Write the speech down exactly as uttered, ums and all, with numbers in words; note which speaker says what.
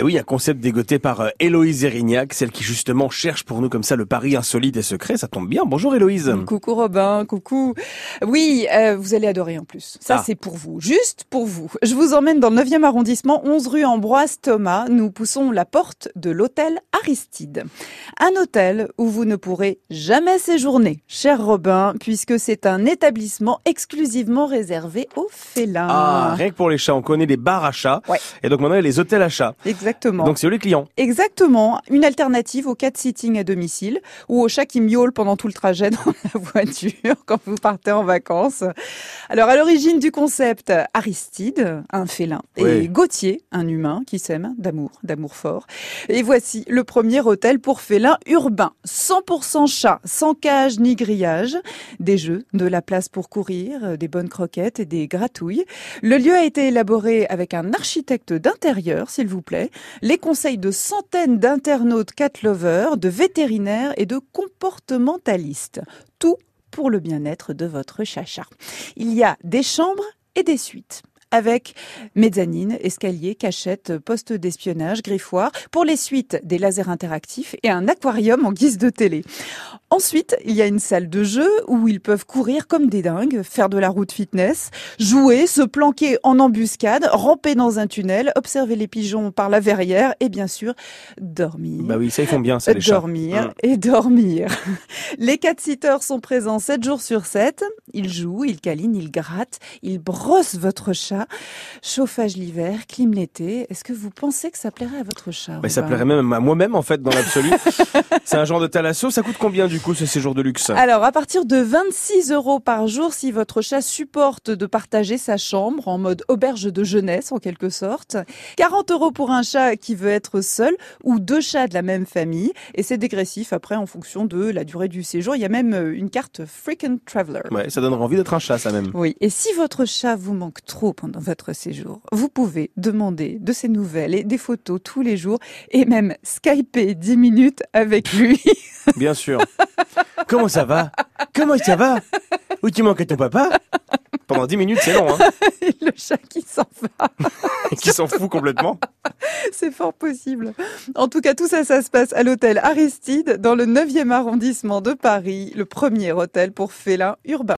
Speaker 1: Et oui, un concept dégoté par euh, Héloïse Erignac, celle qui justement cherche pour nous comme ça le Paris insolite et secret. Ça tombe bien. Bonjour Héloïse.
Speaker 2: Coucou Robin, coucou. Oui, euh, vous allez adorer en plus. Ça,
Speaker 1: Ah.
Speaker 2: c'est pour vous, juste pour vous. Je vous emmène dans le neuvième arrondissement, onze rue Ambroise Thomas. Nous poussons la porte de l'hôtel Aristide. Un hôtel où vous ne pourrez jamais séjourner, cher Robin, puisque c'est un établissement exclusivement réservé aux félins.
Speaker 1: Ah, rien que pour les chats, on connaît les bars à chats.
Speaker 2: Ouais.
Speaker 1: Et donc maintenant, il y a les hôtels à chats.
Speaker 2: Exactement.
Speaker 1: Donc c'est eux les clients.
Speaker 2: Exactement, une alternative au cat sitting à domicile ou au chat qui miaule pendant tout le trajet dans la voiture quand vous partez en vacances. Alors à l'origine du concept, Aristide, un félin,
Speaker 1: Oui.
Speaker 2: et Gauthier, un humain qui s'aime d'amour, d'amour fort. Et voici le premier hôtel pour félins urbain, cent pour cent chat, sans cage ni grillage, des jeux, de la place pour courir, des bonnes croquettes et des gratouilles. Le lieu a été élaboré avec un architecte d'intérieur, s'il vous plaît. Les conseils de centaines d'internautes cat lovers, de vétérinaires et de comportementalistes. Tout pour le bien-être de votre chacha. Il y a des chambres et des suites, avec mezzanine, escalier, cachette, poste d'espionnage, griffoir. Pour les suites, des lasers interactifs et un aquarium en guise de télé. Ensuite, il y a une salle de jeu où ils peuvent courir comme des dingues, faire de la route fitness, jouer, se planquer en embuscade, ramper dans un tunnel, observer les pigeons par la verrière et bien sûr, dormir.
Speaker 1: Bah oui, ça ils font bien, ça les chats.
Speaker 2: Dormir
Speaker 1: Mmh.
Speaker 2: et dormir. Les cat-sitters sont présents sept jours sur sept. Ils jouent, ils câlinent, ils grattent, ils brossent votre chat. Chauffage l'hiver, clim l'été. Est-ce que vous pensez que ça plairait à votre chat,
Speaker 1: Bah, ça
Speaker 2: Robin ?
Speaker 1: plairait même à moi-même en fait dans l'absolu. C'est un genre de thalasso. Ça coûte combien du coup ce séjour de luxe?
Speaker 2: Alors, à partir de vingt-six euros par jour, si votre chat supporte de partager sa chambre en mode auberge de jeunesse, en quelque sorte. quarante euros pour un chat qui veut être seul ou deux chats de la même famille. Et c'est dégressif après en fonction de la durée du séjour. Il y a même une carte Frequent Traveler.
Speaker 1: Ouais, ça donnerait envie d'être un chat ça même.
Speaker 2: Oui, et si votre chat vous manque trop pendant votre séjour, vous pouvez demander de ses nouvelles et des photos tous les jours et même skyper dix minutes avec lui.
Speaker 1: Bien sûr. Comment ça va? Comment ça va? Où tu manques à ton papa? Pendant dix minutes, c'est long, hein.
Speaker 2: Et le chat qui s'en va.
Speaker 1: Qui s'en fout complètement.
Speaker 2: C'est fort possible. En tout cas, tout ça, ça se passe à l'hôtel Aristide dans le neuvième arrondissement de Paris, le premier hôtel pour félins urbains.